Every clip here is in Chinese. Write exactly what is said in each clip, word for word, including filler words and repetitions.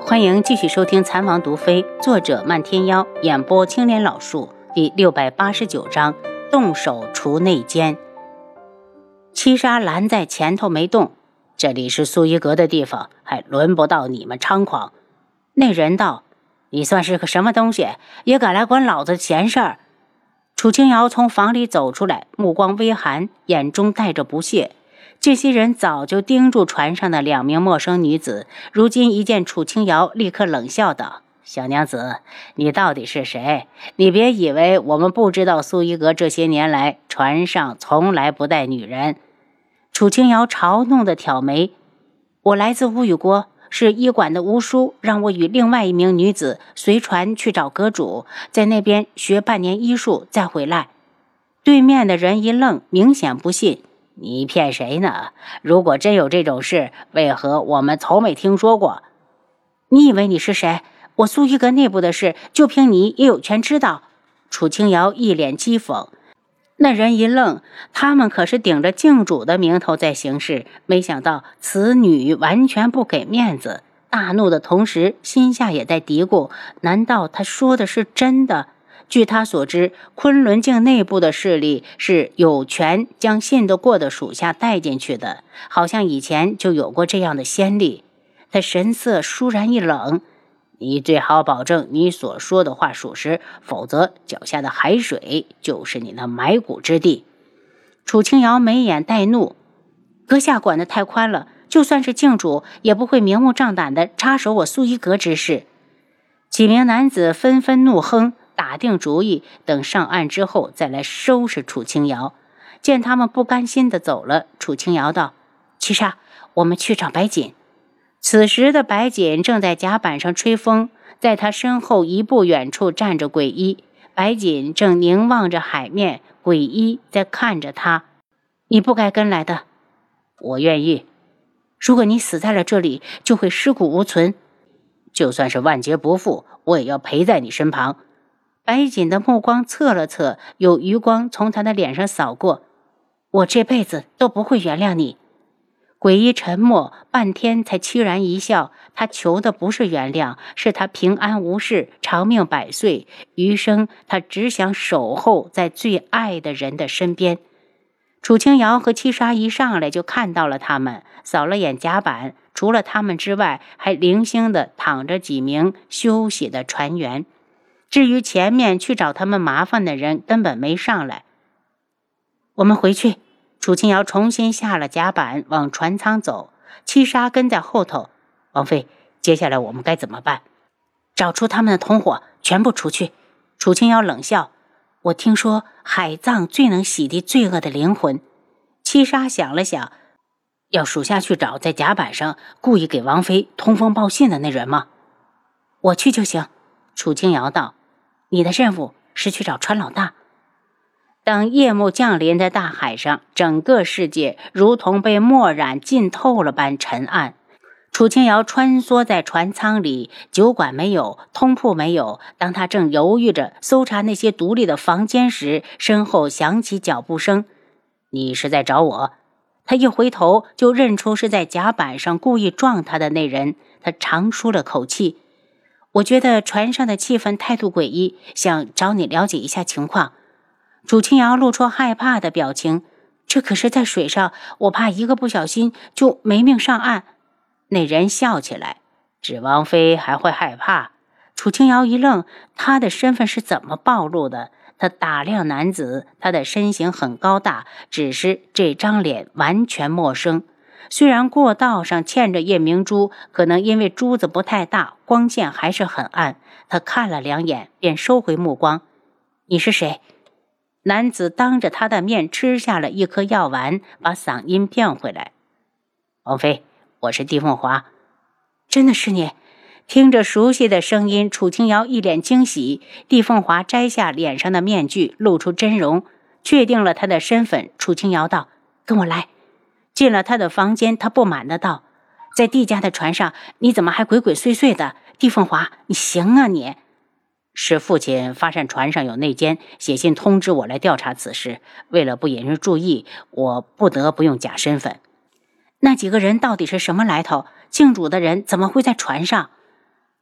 欢迎继续收听《残王毒妃》，作者漫天妖，演播青莲老树，第六百八十九章，动手除内奸。七杀拦在前头没动，这里是苏一阁的地方，还轮不到你们猖狂。那人道：你算是个什么东西，也敢来管老子的闲事儿？楚清瑶从房里走出来，目光微寒，眼中带着不屑。这些人早就盯住船上的两名陌生女子，如今一见楚清瑶，立刻冷笑道：小娘子，你到底是谁？你别以为我们不知道苏一阁这些年来船上从来不带女人。楚清瑶嘲弄的挑眉：我来自乌羽国，是医馆的巫叔让我与另外一名女子随船去找阁主，在那边学半年医术再回来。对面的人一愣，明显不信。你骗谁呢？如果真有这种事，为何我们从没听说过？你以为你是谁？我苏一阁内部的事，就凭你也有权知道。楚清瑶一脸讥讽。那人一愣，他们可是顶着靖主的名头在行事，没想到此女完全不给面子。大怒的同时，心下也在嘀咕：难道他说的是真的？据他所知，昆仑镜内部的势力是有权将信得过的属下带进去的，好像以前就有过这样的先例。他神色倏然一冷：你最好保证你所说的话属实，否则脚下的海水就是你的埋骨之地。楚清瑶眉眼带怒：阁下管得太宽了，就算是靖主也不会明目张胆地插手我苏一阁之事。几名男子纷纷怒哼，打定主意，等上岸之后再来收拾楚清瑶。见他们不甘心地走了，楚清瑶道：七杀，我们去找白锦。此时的白锦正在甲板上吹风，在他身后一步远处站着鬼医。白锦正凝望着海面，鬼医在看着他。你不该跟来的。我愿意。如果你死在了这里，就会尸骨无存。就算是万劫不复，我也要陪在你身旁。白锦的目光侧了侧，有余光从他的脸上扫过。我这辈子都不会原谅你。鬼医沉默半天才凄然一笑，他求的不是原谅，是他平安无事，长命百岁，余生他只想守候在最爱的人的身边。楚清瑶和七杀一上来就看到了他们，扫了眼甲板，除了他们之外，还零星的躺着几名休息的船员。至于前面去找他们麻烦的人，根本没上来。我们回去。楚清瑶重新下了甲板，往船舱走。七杀跟在后头。王妃，接下来我们该怎么办？找出他们的同伙，全部除去。楚清瑶冷笑：我听说海葬最能洗涤罪恶的灵魂。七杀想了想：要属下去找在甲板上故意给王妃通风报信的那人吗？我去就行。楚清瑶道：你的任务是去找川老大。当夜幕降临在大海上，整个世界如同被墨染浸透了般沉暗。楚清瑶穿梭在船舱里，酒馆没有，通铺没有。当他正犹豫着搜查那些独立的房间时，身后响起脚步声。你是在找我？他一回头就认出是在甲板上故意撞他的那人，他长舒了口气。我觉得船上的气氛态度诡异，想找你了解一下情况。楚清瑶露出害怕的表情，这可是在水上，我怕一个不小心就没命上岸。那人笑起来：指王妃还会害怕？楚清瑶一愣，他的身份是怎么暴露的？他打量男子，他的身形很高大，只是这张脸完全陌生。虽然过道上嵌着夜明珠，可能因为珠子不太大，光线还是很暗。他看了两眼，便收回目光。你是谁？男子当着他的面吃下了一颗药丸，把嗓音变回来。王妃，我是帝凤华。真的是你？听着熟悉的声音，楚清瑶一脸惊喜。帝凤华摘下脸上的面具，露出真容，确定了他的身份。楚清瑶道：跟我来。进了他的房间，他不满的道：在帝家的船上，你怎么还鬼鬼祟祟的？帝凤华，你行啊你！是父亲发现船上有内奸，写信通知我来调查此事。为了不引人注意，我不得不用假身份。那几个人到底是什么来头？靖主的人怎么会在船上？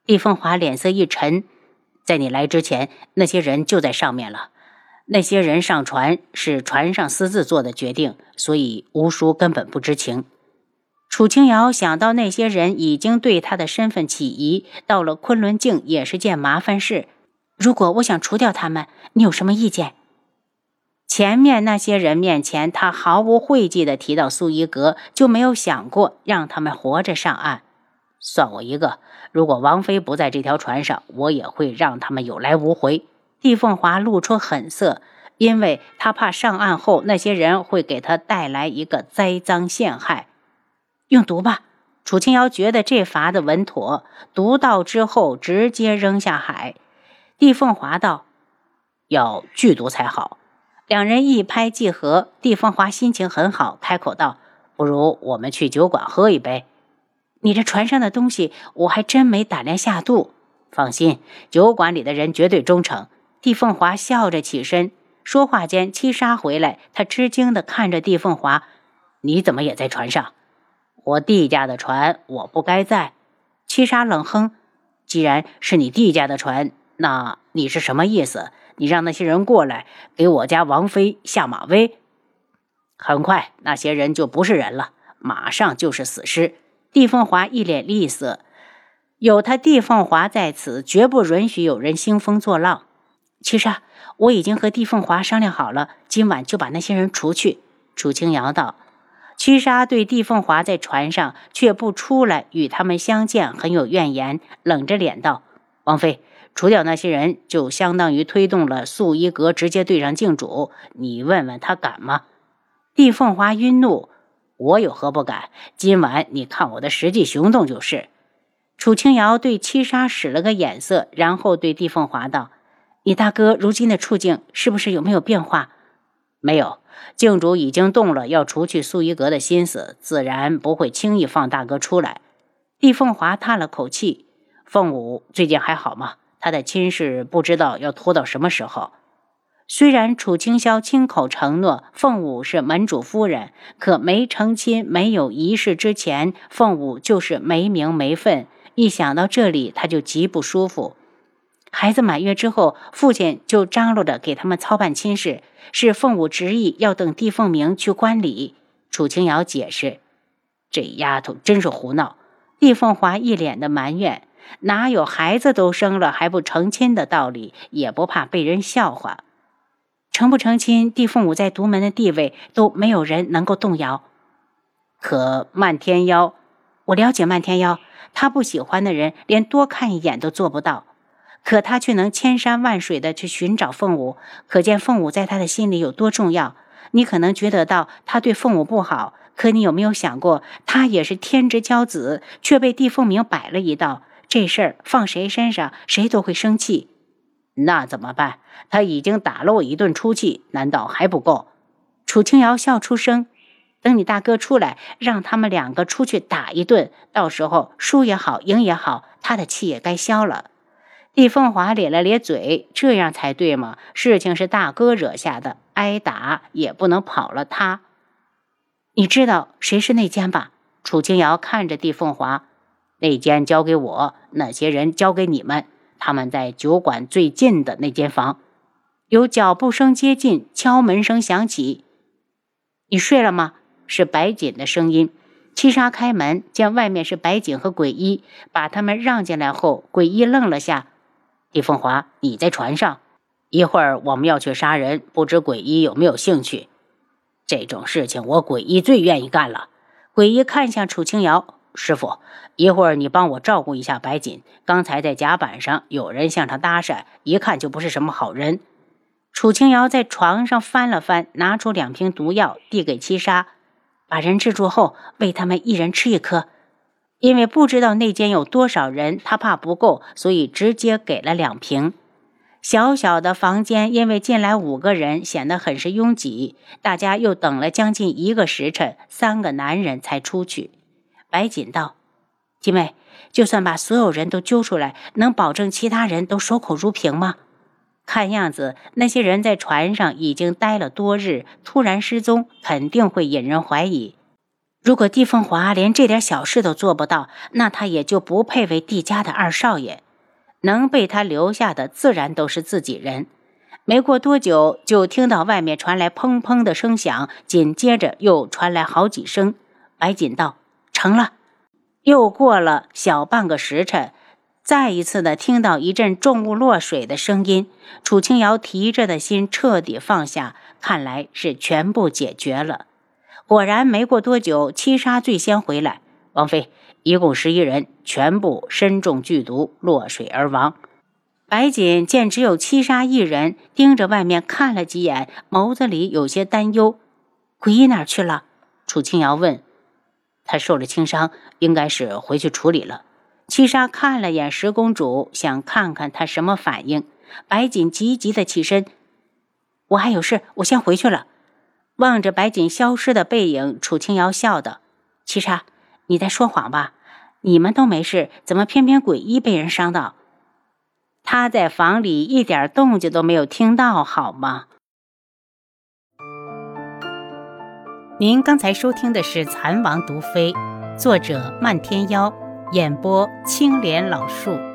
帝凤华脸色一沉，在你来之前，那些人就在上面了。那些人上船是船上私自做的决定，所以吴叔根本不知情。楚清瑶想到那些人已经对他的身份起疑，到了昆仑镜也是件麻烦事。如果我想除掉他们，你有什么意见？前面那些人面前，他毫无讳忌地提到素衣阁，就没有想过让他们活着上岸。算我一个，如果王妃不在这条船上，我也会让他们有来无回。帝凤华露出狠色，因为他怕上岸后那些人会给他带来一个栽赃陷害。用毒吧。楚清瑶觉得这法子稳妥，毒到之后直接扔下海。帝凤华道：要剧毒才好。两人一拍即合，帝凤华心情很好，开口道：不如我们去酒馆喝一杯。你这船上的东西我还真没胆量下肚。放心，酒馆里的人绝对忠诚。帝凤华笑着起身，说话间七杀回来，他吃惊地看着帝凤华：你怎么也在船上？我弟家的船我不该在。七杀冷哼：既然是你弟家的船，那你是什么意思？你让那些人过来给我家王妃下马威？很快那些人就不是人了，马上就是死尸。帝凤华一脸厉色，有他帝凤华在此，绝不允许有人兴风作浪。七杀，我已经和帝凤华商量好了，今晚就把那些人除去。楚清瑶道。七杀对帝凤华在船上却不出来与他们相见很有怨言，冷着脸道：王妃，除掉那些人就相当于推动了素衣阁直接对上靖主，你问问他敢吗？帝凤华晕怒：我有何不敢？今晚你看我的实际行动就是。楚清瑶对七杀使了个眼色，然后对帝凤华道：你大哥如今的处境是不是有没有变化？没有，靖主已经动了要除去素衣阁的心思，自然不会轻易放大哥出来。帝凤华叹了口气：凤舞最近还好吗？他的亲事不知道要拖到什么时候。虽然楚清霄亲口承诺凤舞是门主夫人，可没成亲没有仪式之前，凤舞就是没名没分。一想到这里，他就极不舒服。孩子满月之后，父亲就张罗着给他们操办亲事，是凤舞执意要等帝凤鸣去观礼。楚清瑶解释：这丫头真是胡闹。帝凤华一脸的埋怨，哪有孩子都生了还不成亲的道理，也不怕被人笑话。成不成亲，帝凤舞在独门的地位都没有人能够动摇。可漫天妖，我了解漫天妖，他不喜欢的人连多看一眼都做不到，可他却能千山万水的去寻找凤舞，可见凤舞在他的心里有多重要。你可能觉得到他对凤舞不好，可你有没有想过，他也是天之骄子，却被帝凤鸣摆了一道，这事儿放谁身上谁都会生气。那怎么办？他已经打了我一顿出气，难道还不够？楚清瑶笑出声：等你大哥出来，让他们两个出去打一顿，到时候输也好赢也好，他的气也该消了。帝凤华咧了咧嘴：这样才对嘛，事情是大哥惹下的，挨打也不能跑了他。你知道谁是内奸吧？楚清瑶看着帝凤华：内奸交给我，那些人交给你们，他们在酒馆最近的那间房。有脚步声接近，敲门声响起。你睡了吗？是白锦的声音。七杀开门，见外面是白锦和鬼医，把他们让进来后，鬼医愣了下：帝凤华，你在船上？一会儿我们要去杀人，不知鬼医有没有兴趣？这种事情我鬼医最愿意干了。鬼医看向楚清瑶：师傅，一会儿你帮我照顾一下白锦，刚才在甲板上有人向他搭讪，一看就不是什么好人。楚清瑶在床上翻了翻，拿出两瓶毒药递给七杀：把人制住后，喂他们一人吃一颗。因为不知道内间有多少人，他怕不够，所以直接给了两瓶。小小的房间因为进来五个人，显得很是拥挤，大家又等了将近一个时辰，三个男人才出去。白锦道：姐妹，就算把所有人都揪出来，能保证其他人都守口如瓶吗？看样子那些人在船上已经待了多日，突然失踪，肯定会引人怀疑。 如果帝凤华连这点小事都做不到，那他也就不配为帝家的二少爷。能被他留下的自然都是自己人。没过多久，就听到外面传来砰砰的声响，紧接着又传来好几声。白锦道：成了。又过了小半个时辰，再一次的听到一阵重物落水的声音，楚清瑶提着的心彻底放下，看来是全部解决了。果然没过多久，七杀最先回来。王妃，一共十一人，全部身中剧毒，落水而亡。白锦见只有七杀一人，盯着外面看了几眼，眸子里有些担忧。鬼医哪去了？楚清瑶问。他受了轻伤，应该是回去处理了。七杀看了眼十公主，想看看她什么反应。白锦急急的起身，我还有事，我先回去了。望着白锦消失的背影，楚清瑶笑道：七杀，你在说谎吧？你们都没事，怎么偏偏鬼医被人伤到？他在房里一点动静都没有听到，好吗？您刚才收听的是《蚕王毒妃》，作者漫天妖，演播青莲老树。